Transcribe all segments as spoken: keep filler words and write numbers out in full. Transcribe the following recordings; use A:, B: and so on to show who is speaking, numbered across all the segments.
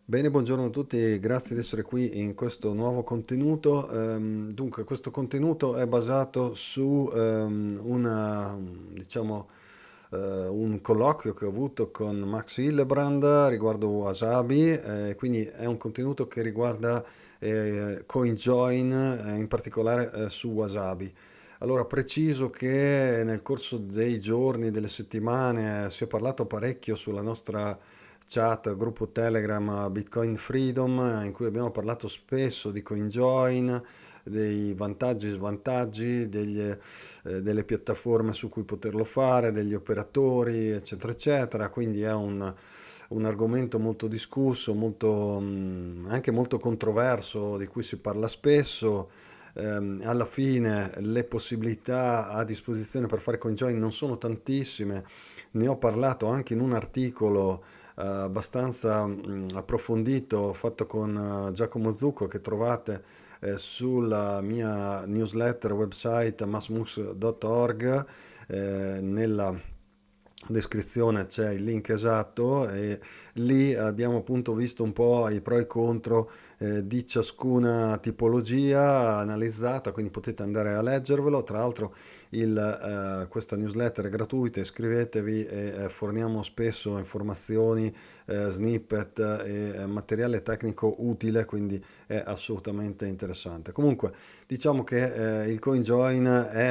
A: Bene, buongiorno a tutti, grazie di essere qui in questo nuovo contenuto. Ehm, dunque, questo contenuto è basato su ehm, una, diciamo, eh, un colloquio che ho avuto con Max Hillebrand riguardo Wasabi, eh, quindi è un contenuto che riguarda eh, CoinJoin, eh, in particolare eh, su Wasabi. Allora, preciso che nel corso dei giorni, delle settimane, eh, si è parlato parecchio sulla nostra chat, gruppo Telegram Bitcoin Freedom, eh, in cui abbiamo parlato spesso di CoinJoin, dei vantaggi e svantaggi, degli, eh, delle piattaforme su cui poterlo fare, degli operatori, eccetera, eccetera. Quindi è un, un argomento molto discusso, molto, mh, anche molto controverso, di cui si parla spesso. Ehm, alla fine le possibilità a disposizione per fare CoinJoin non sono tantissime. Ne ho parlato anche in un articolo eh, abbastanza mh, approfondito fatto con eh, Giacomo Zucco, che trovate eh, sulla mia newsletter website masmus punto org. Eh, nella descrizione c'è il link esatto e lì abbiamo appunto visto un po' i pro e i contro eh, di ciascuna tipologia analizzata, quindi potete andare a leggervelo. Tra l'altro il, eh, questa newsletter è gratuita, iscrivetevi e eh, forniamo spesso informazioni, eh, snippet e eh, materiale tecnico utile, quindi è assolutamente interessante. Comunque diciamo che eh, il CoinJoin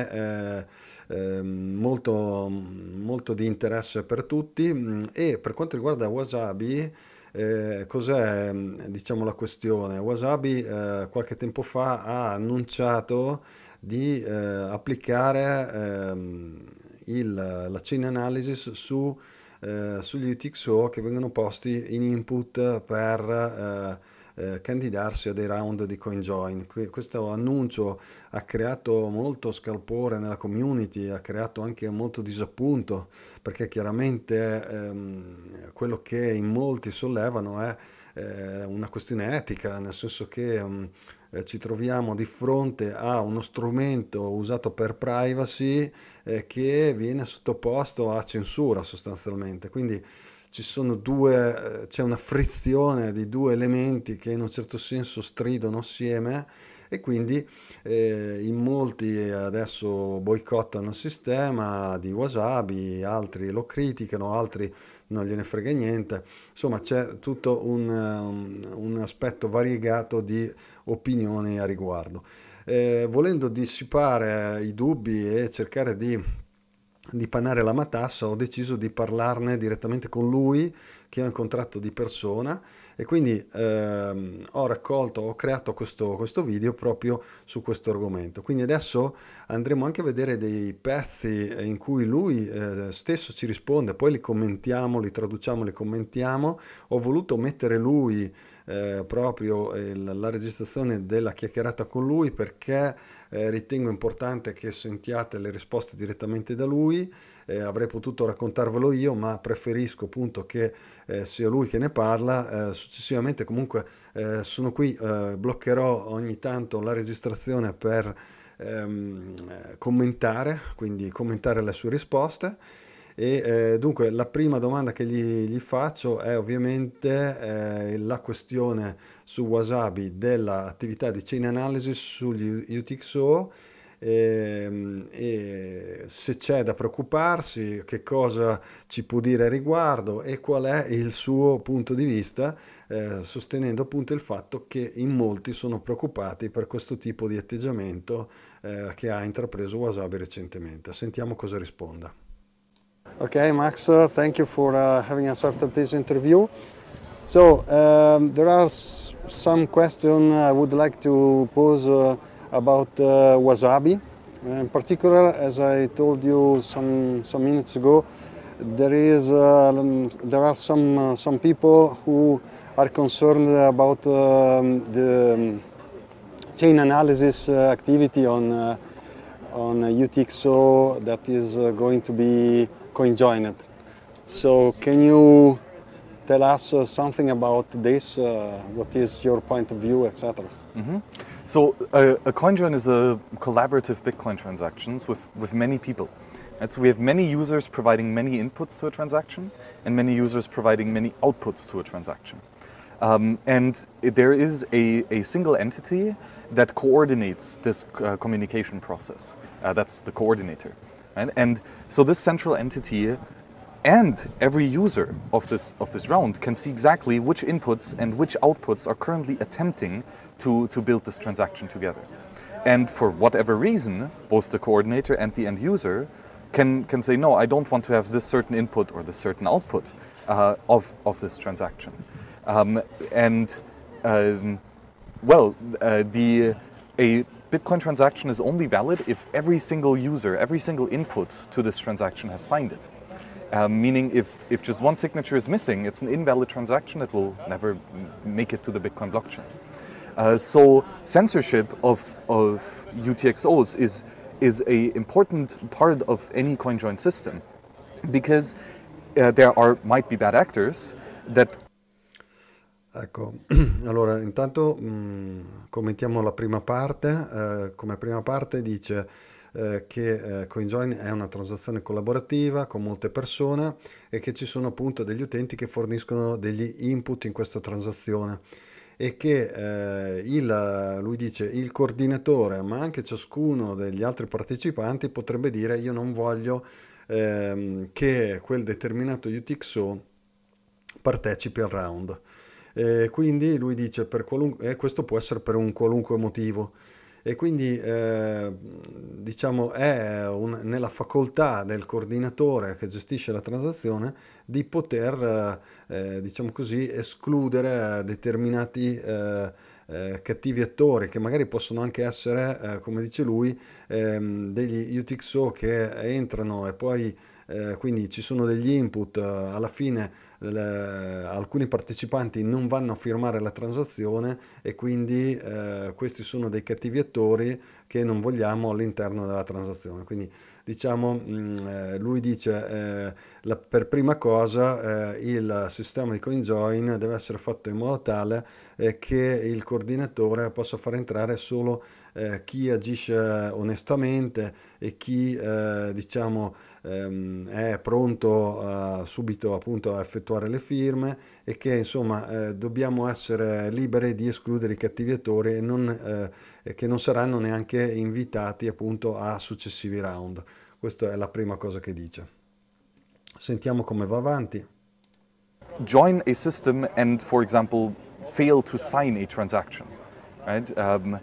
A: è eh, eh, molto, molto di interesse per tutti. Mm, e per quanto riguarda Wasabi, eh, cos'è mm, diciamo la questione? Wasabi eh, qualche tempo fa ha annunciato di eh, applicare ehm, il- la chain analysis su, eh, sugli U T X O che vengono posti in input per eh, eh, candidarsi a dei round di CoinJoin. Que- Questo annuncio ha creato molto scalpore nella community, ha creato anche molto disappunto, perché chiaramente ehm, quello che in molti sollevano è eh, una questione etica, nel senso che ehm, eh, ci troviamo di fronte a uno strumento usato per privacy eh, che viene sottoposto a censura sostanzialmente. Quindi ci sono due, eh, c'è una frizione di due elementi che in un certo senso stridono assieme e quindi eh, in molti adesso boicottano il sistema di Wasabi, altri lo criticano, altri non gliene frega niente. Insomma, c'è tutto un, um, un aspetto variegato di opinioni a riguardo. Eh, volendo dissipare i dubbi e cercare di di panare la matassa, ho deciso di parlarne direttamente con lui, che ho incontrato di persona, e quindi ehm, ho raccolto, ho creato questo, questo video proprio su questo argomento. Quindi adesso andremo anche a vedere dei pezzi in cui lui eh, stesso ci risponde, poi li commentiamo, li traduciamo, li commentiamo. Ho voluto mettere lui eh, proprio eh, la registrazione della chiacchierata con lui perché eh, ritengo importante che sentiate le risposte direttamente da lui. Eh, avrei potuto raccontarvelo io, ma preferisco appunto che eh, sia lui che ne parla. Eh, successivamente comunque eh, sono qui, eh, bloccherò ogni tanto la registrazione per ehm, eh, commentare, quindi commentare le sue risposte. E eh, dunque la prima domanda che gli, gli faccio è ovviamente eh, la questione su Wasabi dell'attività di chain analysis sugli U T X O, ehm, e se c'è da preoccuparsi, che cosa ci può dire a riguardo e qual è il suo punto di vista, eh, sostenendo appunto il fatto che in molti sono preoccupati per questo tipo di atteggiamento eh, che ha intrapreso Wasabi recentemente. Sentiamo cosa risponda. Okay, Max, uh, thank you for uh, having accepted this interview. So, um, there are s- some questions I would like to pose uh, about uh, wasabi. In particular, as I told you some some minutes ago, there is uh, um, there are some uh, some people who are concerned about um, the um, chain analysis uh, activity on uh, on uh, U T X O that is uh, going to be coinjoined. So can you tell us uh, something about this? Uh, what is your point of view, et cetera?
B: Mm-hmm. So uh, a CoinJoin is a collaborative Bitcoin transactions with, with many people. And so we have many users providing many inputs to a transaction and many users providing many outputs to a transaction. Um, and it, there is a, a single entity that coordinates this uh, communication process. Uh, that's the coordinator. Right? And so this central entity and every user of this, of this round can see exactly which inputs and which outputs are currently attempting to, to build this transaction together. And for whatever reason, both the coordinator and the end user can, can say, no, I don't want to have this certain input or this certain output uh, of, of this transaction. Um, and um, well, uh, the, a Bitcoin transaction is only valid if every single user, every single input to this transaction has signed it. Um, meaning if, if just one signature is missing, it's an invalid transaction, it will never make it to the Bitcoin blockchain. Uh, so censorship of, of U T X Os is, is an important part of any CoinJoin system, because uh, there are, might be bad actors that...
A: Ecco, allora intanto mh, commentiamo la prima parte. Eh, come prima parte dice eh, che eh, CoinJoin è una transazione collaborativa con molte persone e che ci sono appunto degli utenti che forniscono degli input in questa transazione, e che eh, il, lui dice il coordinatore, ma anche ciascuno degli altri partecipanti potrebbe dire io non voglio ehm, che quel determinato U T X O partecipi al round. Eh, quindi lui dice per qualunque, e questo può essere per un qualunque motivo, e quindi eh, diciamo è un, nella facoltà del coordinatore che gestisce la transazione di poter eh, diciamo così escludere determinati eh, eh, cattivi attori, che magari possono anche essere eh, come dice lui ehm, degli U T X O che entrano e poi eh, quindi ci sono degli input, alla fine le, alcuni partecipanti non vanno a firmare la transazione e quindi eh, questi sono dei cattivi attori che non vogliamo all'interno della transazione. Quindi diciamo mh, eh, lui dice eh, la, per prima cosa eh, il sistema di CoinJoin deve essere fatto in modo tale eh, che il coordinatore possa far entrare solo eh, chi agisce onestamente e chi eh, diciamo ehm, è pronto a, subito appunto a effettuare le firme, e che insomma eh, dobbiamo essere liberi di escludere i cattivi attori e non, eh, che non saranno neanche invitati appunto a successivi round. Questa è la prima cosa che dice. Sentiamo come va avanti.
B: Join a system and, for example, fail to sign a transaction, right? Um,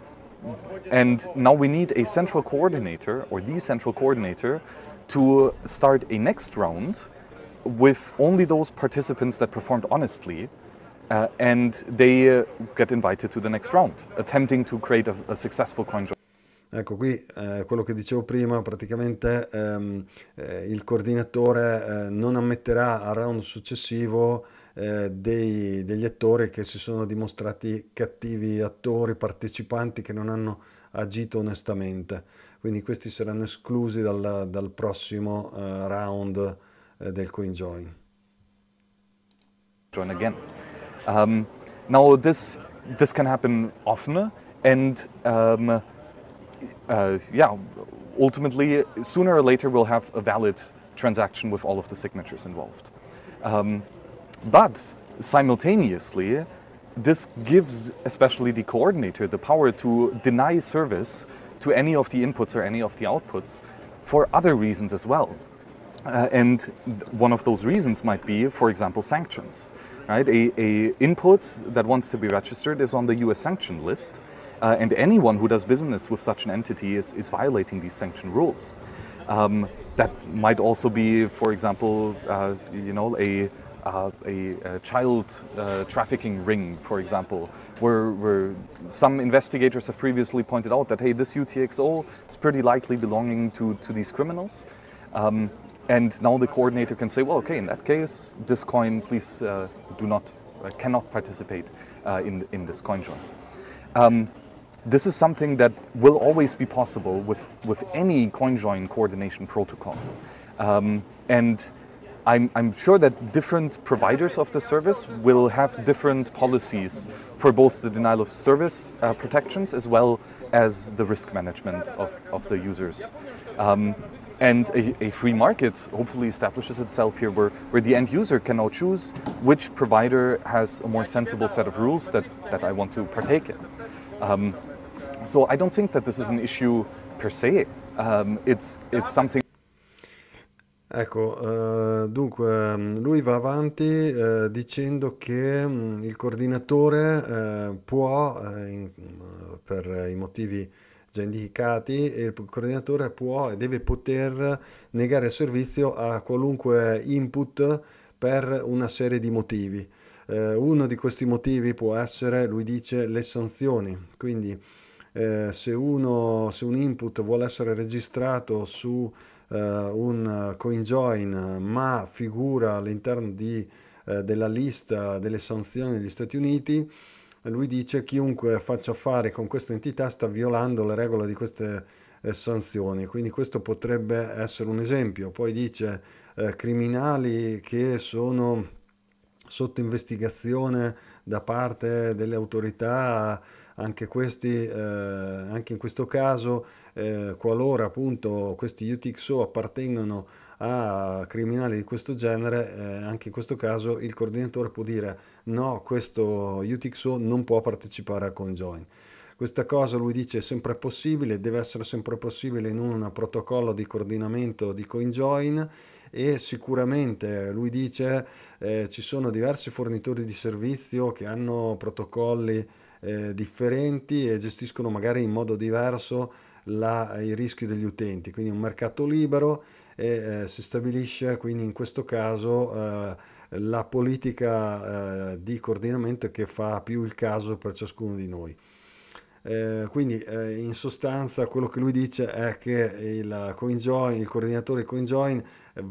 B: and now we need a central coordinator or the central coordinator to start a next round with only those participants that performed honestly, uh, and they uh, get invited to the next round, attempting to create a, a successful CoinJoin.
A: Ecco qui eh, quello che dicevo prima, praticamente ehm, eh, il coordinatore eh, non ammetterà al round successivo eh, dei, degli attori che si sono dimostrati cattivi attori, partecipanti che non hanno agito onestamente. Quindi questi saranno esclusi dal, dal prossimo eh, round eh, del CoinJoin.
B: Join again. Um, now this this can happen often, and um, uh, yeah, ultimately sooner or later we'll have a valid transaction with all of the signatures involved. Um, but simultaneously, this gives especially the coordinator the power to deny service to any of the inputs or any of the outputs for other reasons as well. Uh, and one of those reasons might be, for example, sanctions. Right? A, a input that wants to be registered is on the U S sanction list, uh, and anyone who does business with such an entity is, is violating these sanction rules. Um, that might also be, for example, uh, you know, a Uh, a, a child uh, trafficking ring, for example, where, where some investigators have previously pointed out that, hey, this U T X O is pretty likely belonging to, to these criminals. Um, and now the coordinator can say, well, okay, in that case, this coin, please uh, do not, uh, cannot participate uh, in, in this CoinJoin. Um, this is something that will always be possible with, with any CoinJoin coordination protocol. Um, and I'm, I'm sure that different providers of the service will have different policies for both the denial of service uh, protections as well as the risk management of, of the users. Um, And a, a free market hopefully establishes itself here where, where the end user can now choose which provider has a more sensible set of rules that, that I want to partake in. Um, so I don't think that this is an issue per se. Um, it's, it's something.
A: Ecco, eh, dunque lui va avanti eh, dicendo che mh, il coordinatore eh, può, eh, in- per i motivi già indicati, e il coordinatore può e deve poter negare il servizio a qualunque input per una serie di motivi. Eh, uno di questi motivi può essere, lui dice, le sanzioni. Quindi eh, se uno, se un input vuole essere registrato su eh, un CoinJoin ma figura all'interno di, eh, della lista delle sanzioni degli Stati Uniti, lui dice chiunque faccia affari con questa entità sta violando le regole di queste eh, sanzioni, quindi questo potrebbe essere un esempio. Poi dice eh, criminali che sono sotto investigazione da parte delle autorità, anche questi, eh, anche in questo caso, eh, qualora appunto questi U T X O appartengono a criminali di questo genere, eh, anche in questo caso il coordinatore può dire no, questo U T X O non può partecipare a CoinJoin. Questa cosa lui dice è sempre possibile, deve essere sempre possibile in un protocollo di coordinamento di CoinJoin, e sicuramente lui dice eh, ci sono diversi fornitori di servizio che hanno protocolli eh, differenti e gestiscono magari in modo diverso la- il rischio degli utenti, quindi un mercato libero, e eh, si stabilisce quindi in questo caso eh, la politica eh, di coordinamento che fa più il caso per ciascuno di noi. Eh, quindi eh, in sostanza quello che lui dice è che il CoinJoin, il coordinatore CoinJoin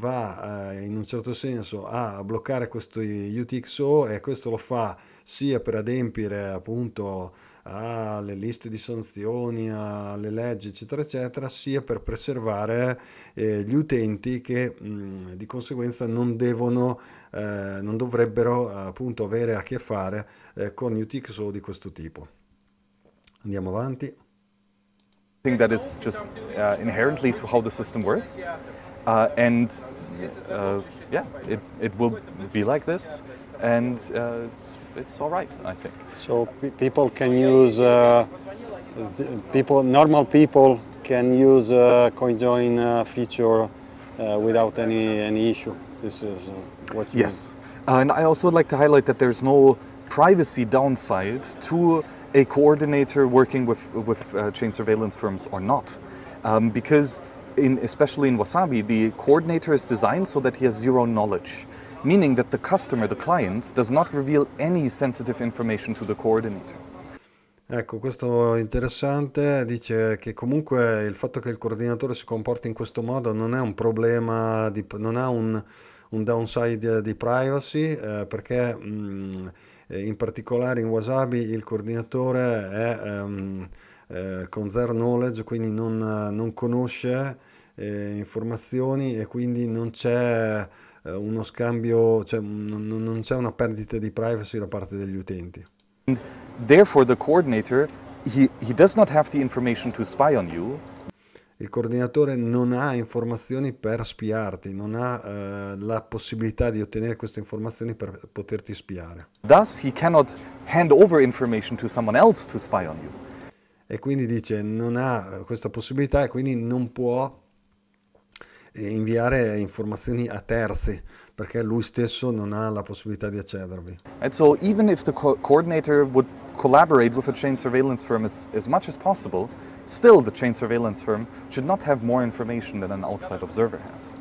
A: va eh, in un certo senso a bloccare questi U T X O, e questo lo fa sia per adempiere appunto alle liste di sanzioni, alle leggi eccetera eccetera, sia per preservare eh, gli utenti che mh, di conseguenza non devono, eh, non dovrebbero appunto avere a che fare eh, con U T X O di questo tipo. Andiamo avanti.
B: Thing that is just uh, inherently to how the system works. Uh, and uh, yeah, it, it will be like this, and uh, it's, it's all right, I think.
C: So pe- people can use, uh, the people, normal people can use uh, CoinJoin uh, feature uh, without any any issue. This is uh, what you
B: Yes, uh, and I also would like to highlight that there's no privacy downside to a coordinator working with with uh, chain surveillance firms or not, um, because in especially in Wasabi, the coordinator is designed so that he has zero knowledge, meaning that the customer, the client, does not reveal any sensitive information to the coordinator.
A: Ecco, questo è interessante, dice che comunque il fatto che il coordinatore si comporti in questo modo non è un problema, di, non ha un, un downside di privacy, eh, perché mh, eh, in particolare in Wasabi il coordinatore è ehm, eh, con zero knowledge, quindi non, non conosce eh, informazioni, e quindi non c'è eh, uno scambio, cioè non, non c'è una perdita di privacy da parte degli utenti.
B: And therefore, the coordinator, he, he does not have the information to spy on you.
A: Il coordinatore non ha informazioni per spiarti, non ha eh, la possibilità di ottenere queste informazioni per poterti spiare.
B: Thus, he cannot hand over information to someone else to spy on you.
A: E quindi dice non ha questa possibilità, e quindi non può eh, inviare informazioni a terzi, perché lui stesso non ha la possibilità di accedervi.
B: And so, even if the co- coordinator would collaborate with a chain surveillance firm as, as much as possible, still the chain surveillance firm should not have more information than an outside observer has.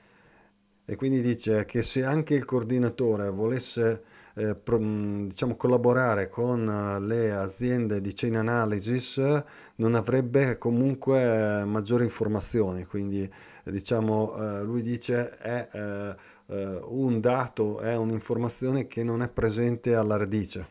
A: E quindi dice che se anche il coordinatore volesse eh, pro- diciamo, collaborare con eh, le aziende di chain analysis, non avrebbe comunque eh, maggiori informazioni. Quindi eh, diciamo, eh, lui dice è eh, eh, un dato, è un'informazione che non è presente alla radice.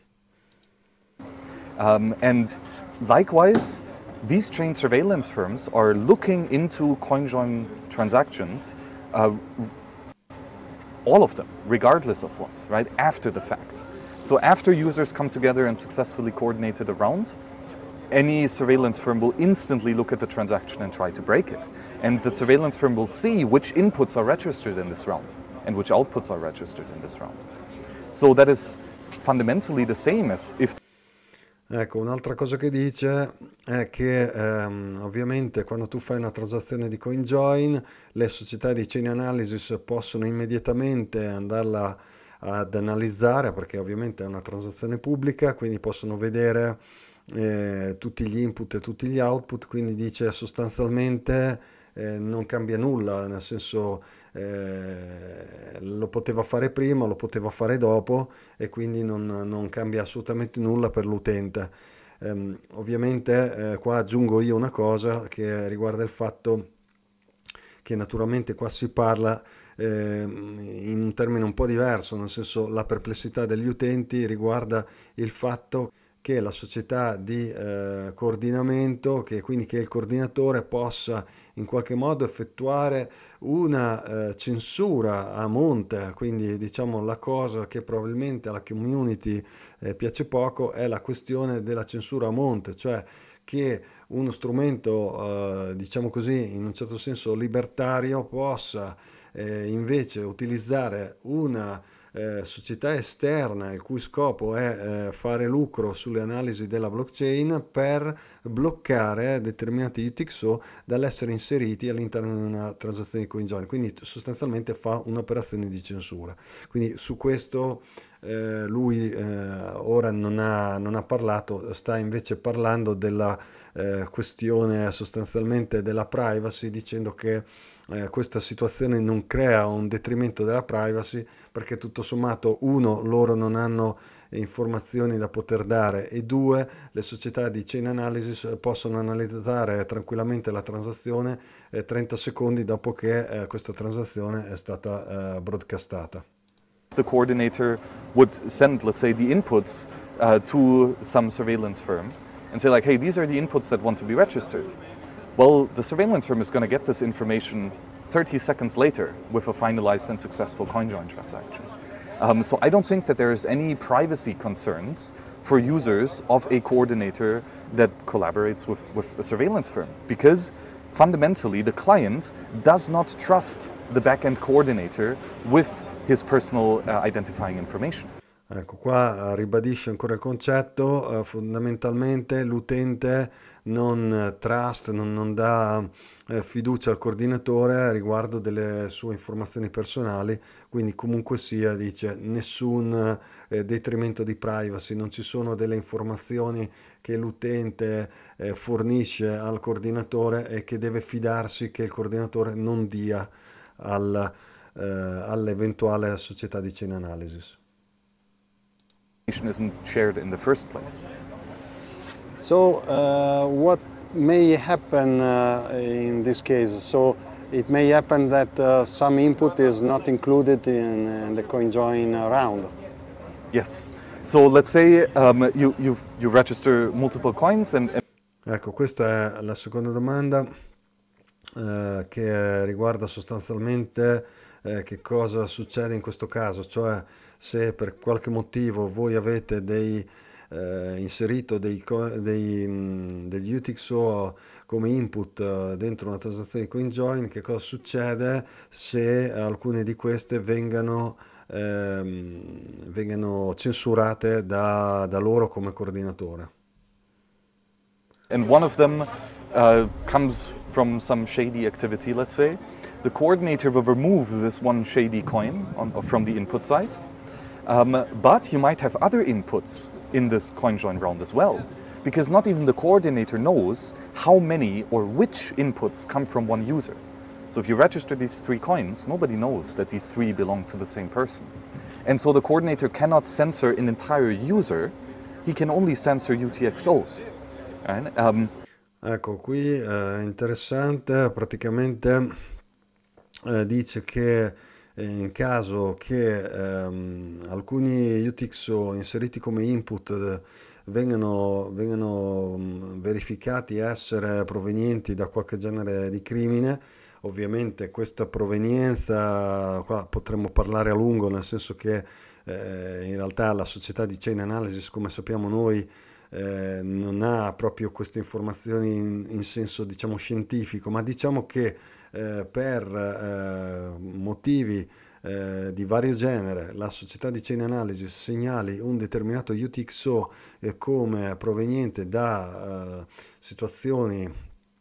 B: Um, and likewise, these chain surveillance firms are looking into CoinJoin transactions, uh, all of them, regardless of what, right, after the fact. So after users come together and successfully coordinated around, any surveillance firm will instantly look at the transaction and try to break it. And the surveillance firm will see which inputs are registered in this round and which outputs are registered in this round. So that is fundamentally the same as if...
A: Ecco, un'altra cosa che dice è che ehm, ovviamente quando tu fai una transazione di CoinJoin, le società di chain analysis possono immediatamente andarla ad analizzare, perché ovviamente è una transazione pubblica, quindi possono vedere eh, tutti gli input e tutti gli output, quindi dice sostanzialmente eh, non cambia nulla, nel senso eh, lo poteva fare prima, lo poteva fare dopo e quindi non, non cambia assolutamente nulla per l'utente. Ehm, ovviamente eh, qua aggiungo io una cosa che riguarda il fatto che naturalmente qua si parla eh, in un termine un po' diverso, nel senso la perplessità degli utenti riguarda il fatto che la società di eh, coordinamento, che quindi che il coordinatore possa in qualche modo effettuare una eh, censura a monte, quindi diciamo la cosa che probabilmente alla community eh, piace poco è la questione della censura a monte, cioè che uno strumento eh, diciamo così in un certo senso libertario possa eh, invece utilizzare una Eh, società esterna il cui scopo è eh, fare lucro sulle analisi della blockchain per bloccare determinati U T X O dall'essere inseriti all'interno di una transazione di CoinJoin, quindi sostanzialmente fa un'operazione di censura. Quindi su questo eh, lui eh, ora non ha, non ha parlato, sta invece parlando della eh, questione sostanzialmente della privacy, dicendo che Eh, questa situazione non crea un detrimento della privacy perché tutto sommato uno loro non hanno informazioni da poter dare e due le società di chain analysis possono analizzare tranquillamente la transazione eh, trenta secondi dopo che eh, questa transazione è stata eh, broadcastata.
B: The coordinator would send, let's say, the inputs uh, to some surveillance firm and say like, hey, these are the inputs that want to be registered. Well, the surveillance firm is going to get this information thirty seconds later with a finalized and successful CoinJoin transaction. Um, so I don't think that there's any privacy concerns for users of a coordinator that collaborates with, with a surveillance firm, because fundamentally the client does not trust the backend coordinator with his personal uh, identifying information.
A: Ecco, qua ribadisce ancora il concetto, eh, fondamentalmente l'utente non trust, non, non dà eh, fiducia al coordinatore riguardo delle sue informazioni personali, quindi comunque sia, dice, nessun eh, detrimento di privacy, non ci sono delle informazioni che l'utente eh, fornisce al coordinatore e che deve fidarsi che il coordinatore non dia al, eh, all'eventuale società di chain analysis.
B: Isn't shared in the first place.
C: So uh, what may happen uh, in this case? So it may happen that uh, some input is not included in, in the CoinJoin round.
B: Yes. So let's say um, you, you you register multiple coins and, and
A: Ecco, questa è la seconda domanda eh, che riguarda sostanzialmente eh, che cosa succede in questo caso, cioè se per qualche motivo voi avete dei, eh, inserito dei, dei, mh, degli U T X O come input uh, dentro una transazione di CoinJoin, che cosa succede se alcune di queste vengano, ehm, vengano censurate da, da loro come coordinatore.
B: and one of them uh, comes from some shady activity, let's say. The coordinator will remove this one shady coin on, from the input side, um, but you might have other inputs in this CoinJoin round as well, because not even the coordinator knows how many or which inputs come from one user. So if you register these three coins, nobody knows that these three belong to the same person. And so the coordinator cannot censor an entire user, he can only censor U T X Os. Right? Um,
A: ecco, qui è eh, interessante, praticamente eh, dice che eh, in caso che ehm, alcuni U T X O inseriti come input eh, vengano, vengano mh, verificati essere provenienti da qualche genere di crimine, ovviamente questa provenienza, qua potremmo parlare a lungo, nel senso che eh, in realtà la società di chain analysis, come sappiamo noi, eh, non ha proprio queste informazioni in, in senso diciamo scientifico, ma diciamo che eh, per eh, motivi eh, di vario genere la società di chain analysis segnali un determinato U T X O eh, come proveniente da eh, situazioni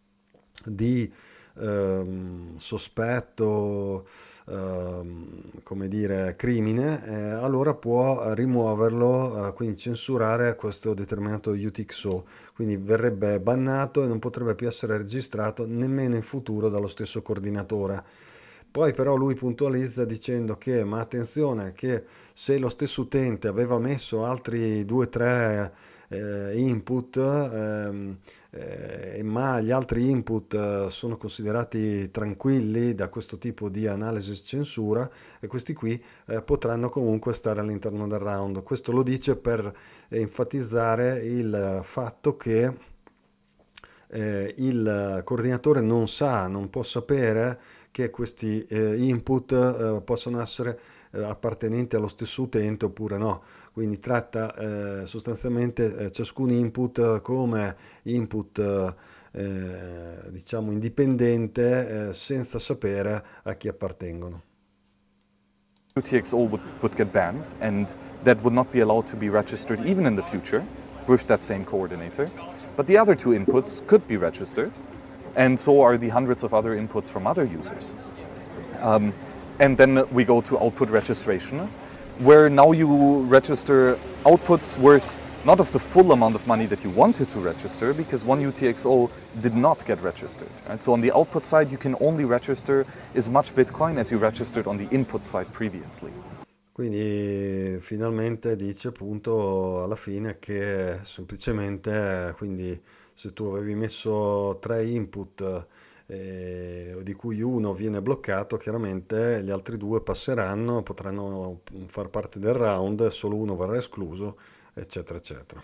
A: di ehm, sospetto, ehm, come dire, crimine, eh, allora può rimuoverlo, eh, quindi censurare questo determinato U T X O, quindi verrebbe bannato e non potrebbe più essere registrato nemmeno in futuro dallo stesso coordinatore. Poi però lui puntualizza dicendo che, ma attenzione, che se lo stesso utente aveva messo altri due o tre eh, input, ehm, eh, ma gli altri input eh, sono considerati tranquilli da questo tipo di analisi censura e questi qui eh, potranno comunque stare all'interno del round. Questo lo dice per enfatizzare il fatto che eh, il coordinatore non sa, non può sapere che questi eh, input eh, possono essere eh, appartenenti allo stesso utente oppure no. Quindi tratta eh, sostanzialmente eh, ciascun input come input eh, diciamo indipendente eh, senza sapere a chi appartengono.
B: U T X O would, would get banned, and that would not be allowed to be registered even in the future with that same coordinator. But the other two inputs could be registered, and so are the hundreds of other inputs from other users. Um, and then we go to output registration, where now you register outputs worth not of the full amount of money that you wanted to register, because one U T X O did not get registered. Right? So on the output side, you can only register as much Bitcoin as you registered on the input side previously.
A: Quindi finalmente dice appunto alla fine che semplicemente, quindi se tu avevi messo tre input eh, di cui uno viene bloccato, chiaramente gli altri due passeranno, potranno far parte del round, solo uno verrà escluso, eccetera, eccetera.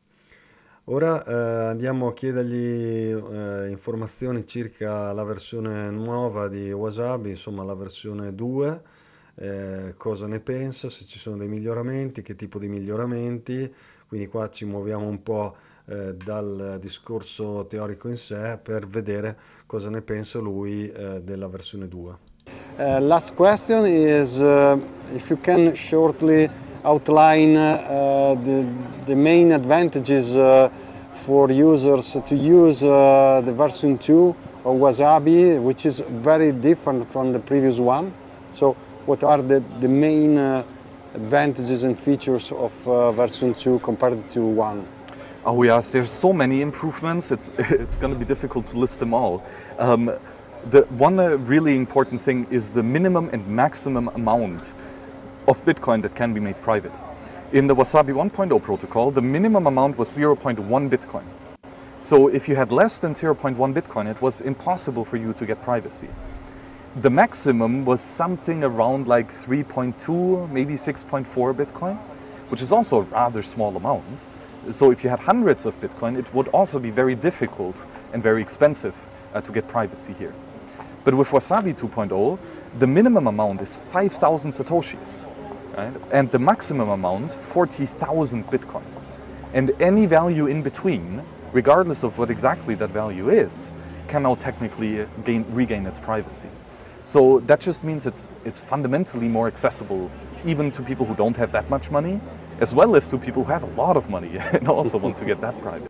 A: Ora eh, andiamo a chiedergli eh, informazioni circa la versione nuova di Wasabi, insomma la versione due. Eh, cosa ne pensa, se ci sono dei miglioramenti, che tipo di miglioramenti, quindi qua ci muoviamo un po' eh, dal discorso teorico in sé per vedere cosa ne pensa lui eh, della versione due.
C: Uh, last question is uh, if you can shortly outline uh, the, the main advantages uh, for users to use uh, the version two of Wasabi, which is very different from the previous one. So what are the, the main uh, advantages and features of uh, version two compared to one?
B: Oh yes, there's so many improvements, it's, it's going to be difficult to list them all. Um, the one uh, really important thing is the minimum and maximum amount of Bitcoin that can be made private. In the Wasabi one point oh protocol, the minimum amount was zero point one Bitcoin. So if you had less than zero point one Bitcoin, it was impossible for you to get privacy. The maximum was something around like three point two, maybe six point four Bitcoin, which is also a rather small amount. So if you had hundreds of Bitcoin, it would also be very difficult and very expensive uh, to get privacy here. But with Wasabi two point oh, the minimum amount is five thousand Satoshis, right? And the maximum amount, forty thousand Bitcoin. And any value in between, regardless of what exactly that value is, can now technically gain, regain its privacy. So that just means it's, it's fundamentally more accessible even to people who don't have that much money, as well as to people who have a lot of money and also want to get that private.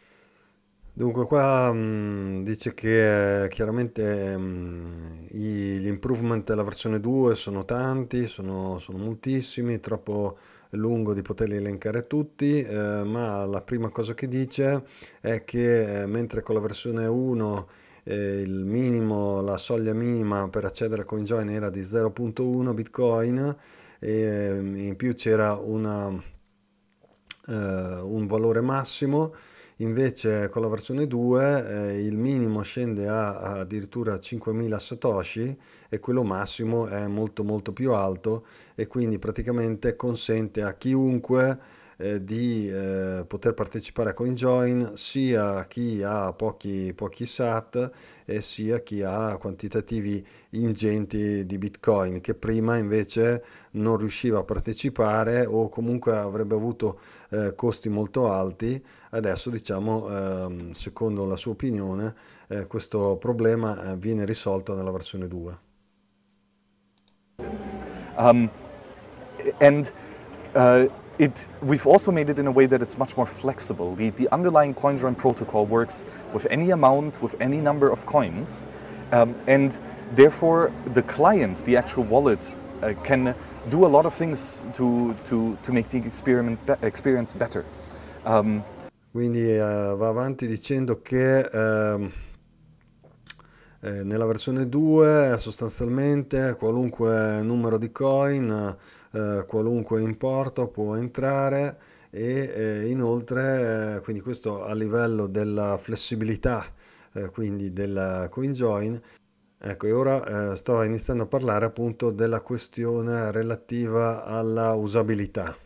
A: Dunque qua mh, dice che eh, chiaramente mh, i- gli improvement della versione due sono tanti, sono, sono moltissimi, troppo lungo di poterli elencare tutti, eh, ma la prima cosa che dice è che eh, mentre con la versione uno eh, il minimo, la soglia minima per accedere al CoinJoin era di zero virgola uno Bitcoin e eh, in più c'era una, eh, un valore massimo. Invece con la versione due eh, il minimo scende a, a addirittura cinquemila satoshi e quello massimo è molto molto più alto e quindi praticamente consente a chiunque eh, di eh, poter partecipare a CoinJoin sia chi ha pochi, pochi sat e sia chi ha quantitativi ingenti di Bitcoin, che prima invece non riusciva a partecipare o comunque avrebbe avuto eh, costi molto alti. Adesso, diciamo, ehm, secondo la sua opinione, eh, questo problema eh, viene risolto nella versione due.
B: Um, and uh, it, we've also made it in a way that it's much more flexible. The, the underlying CoinJoin protocol works with any amount, with any number of coins, um, and therefore the client, the actual wallet, uh, can do a lot of things to, to, to make the experiment be- experience better. Um,
A: Quindi eh, va avanti dicendo che ehm, eh, nella versione due sostanzialmente qualunque numero di coin, eh, qualunque importo può entrare e eh, inoltre, eh, quindi questo a livello della flessibilità, eh, quindi della CoinJoin. Ecco, e ora eh, sto iniziando a parlare appunto della questione relativa alla usabilità.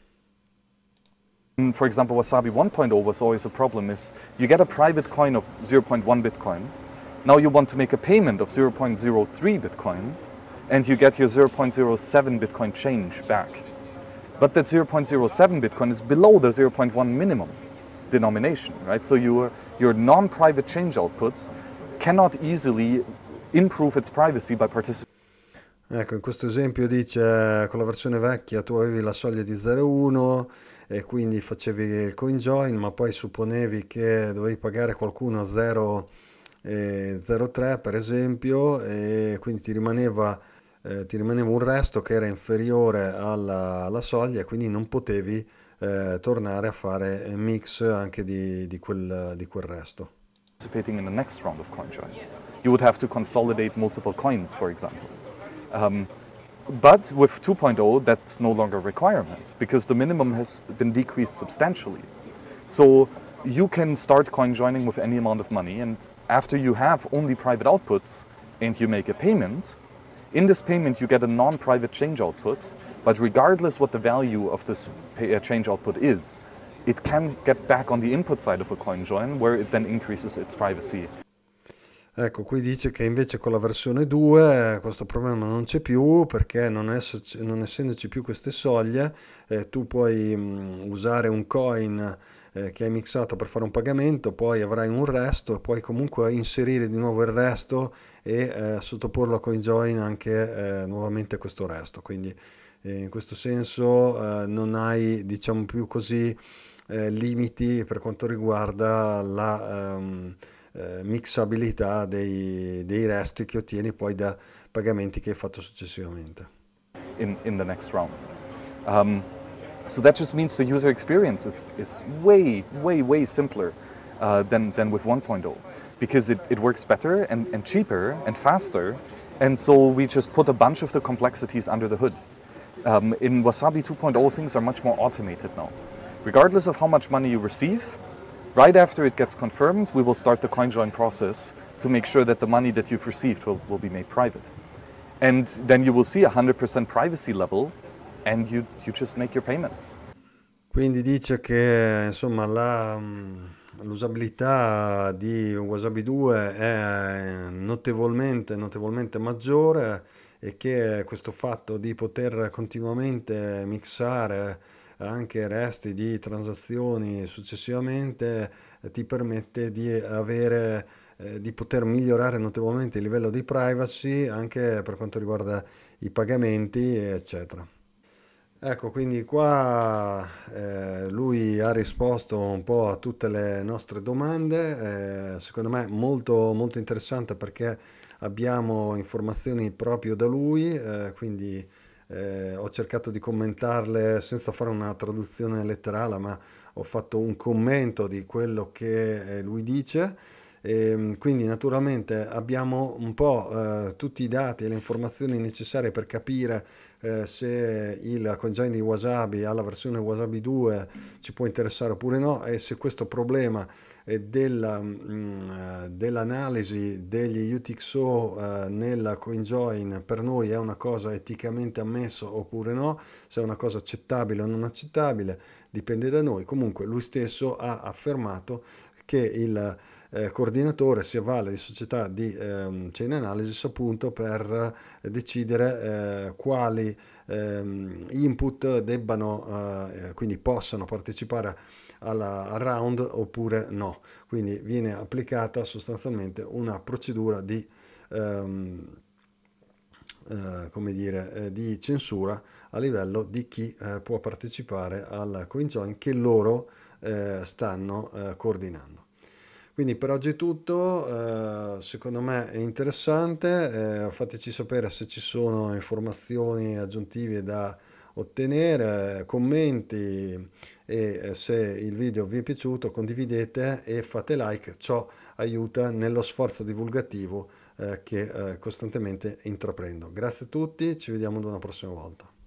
B: For example, Wasabi one point oh was always a problem is you get a private coin of zero point one Bitcoin. Now you want to make a payment of zero point zero three Bitcoin and you get your zero point zero seven Bitcoin change back. But that zero point zero seven Bitcoin is below the zero point one minimum denomination, right? So your, your non-private change output cannot easily improve its privacy by participating.
A: Ecco, in questo esempio dice con la versione vecchia tu avevi la soglia di zero virgola uno e quindi facevi il CoinJoin, ma poi supponevi che dovevi pagare qualcuno zero virgola tre per esempio, e quindi ti rimaneva, eh, ti rimaneva un resto che era inferiore alla, alla soglia e quindi non potevi eh, tornare a fare mix anche di, di, quel, di quel resto.
B: Participating in the next round of CoinJoin. You would have to consolidate multiple coins, for example. Um, but with two point oh, that's no longer a requirement because the minimum has been decreased substantially. So you can start coin joining with any amount of money, and after you have only private outputs and you make a payment, in this payment you get a non-private change output, but regardless what the value of this pay, uh, change output is, it can get back on the input side of a coin join where it then increases its privacy.
A: Ecco, qui dice che invece con la versione due eh, questo problema non c'è più perché non, es- non essendoci più queste soglie, eh, tu puoi mh, usare un coin eh, che hai mixato per fare un pagamento, poi avrai un resto e puoi comunque inserire di nuovo il resto e eh, sottoporlo a CoinJoin anche eh, nuovamente questo resto. Quindi eh, in questo senso eh, non hai, diciamo, più così eh, limiti per quanto riguarda la... ehm, Eh, mixabilità dei, dei resti che ottieni poi da pagamenti che hai fatto successivamente.
B: In, in the next round. Um, so that just means the user experience is, is way, way, way simpler uh, than, than with one point oh because it, it works better and, and cheaper and faster, and so we just put a bunch of the complexities under the hood. Um, in Wasabi two point oh, things are much more automated now. Regardless of how much money you receive, right after it gets confirmed, we will start the CoinJoin process to make sure that the money that you've received will, will be made private. And then you will see a one hundred percent privacy level and you, you just make your payments.
A: Quindi dice che insomma la, l'usabilità di Wasabi due è notevolmente, notevolmente maggiore e che questo fatto di poter continuamente mixare anche resti di transazioni successivamente eh, ti permette di avere eh, di poter migliorare notevolmente il livello di privacy anche per quanto riguarda i pagamenti eccetera. Ecco, quindi qua eh, lui ha risposto un po' a tutte le nostre domande, eh, secondo me molto, molto interessante perché abbiamo informazioni proprio da lui, eh, quindi eh, ho cercato di commentarle senza fare una traduzione letterale, ma ho fatto un commento di quello che eh, lui dice. E, quindi naturalmente abbiamo un po' eh, tutti i dati e le informazioni necessarie per capire eh, se il CoinJoin di Wasabi ha la versione Wasabi due ci può interessare oppure no, e se questo problema eh, della, mh, eh, dell'analisi degli U T X O eh, nella CoinJoin per noi è una cosa eticamente ammesso oppure no, se è una cosa accettabile o non accettabile, dipende da noi. Comunque lui stesso ha affermato che il eh, coordinatore si avvale di società di ehm, chain analysis appunto per eh, decidere eh, quali ehm, input debbano, eh, quindi possano partecipare alla, al round oppure no. Quindi viene applicata sostanzialmente una procedura di ehm, eh, come dire, eh, di censura a livello di chi eh, può partecipare al CoinJoin che loro eh, stanno eh, coordinando. Quindi per oggi è tutto, eh, secondo me è interessante, eh, fateci sapere se ci sono informazioni aggiuntive da ottenere, commenti e eh, se il video vi è piaciuto condividete e fate like, ciò aiuta nello sforzo divulgativo eh, che eh, costantemente intraprendo. Grazie a tutti, ci vediamo ad una prossima volta.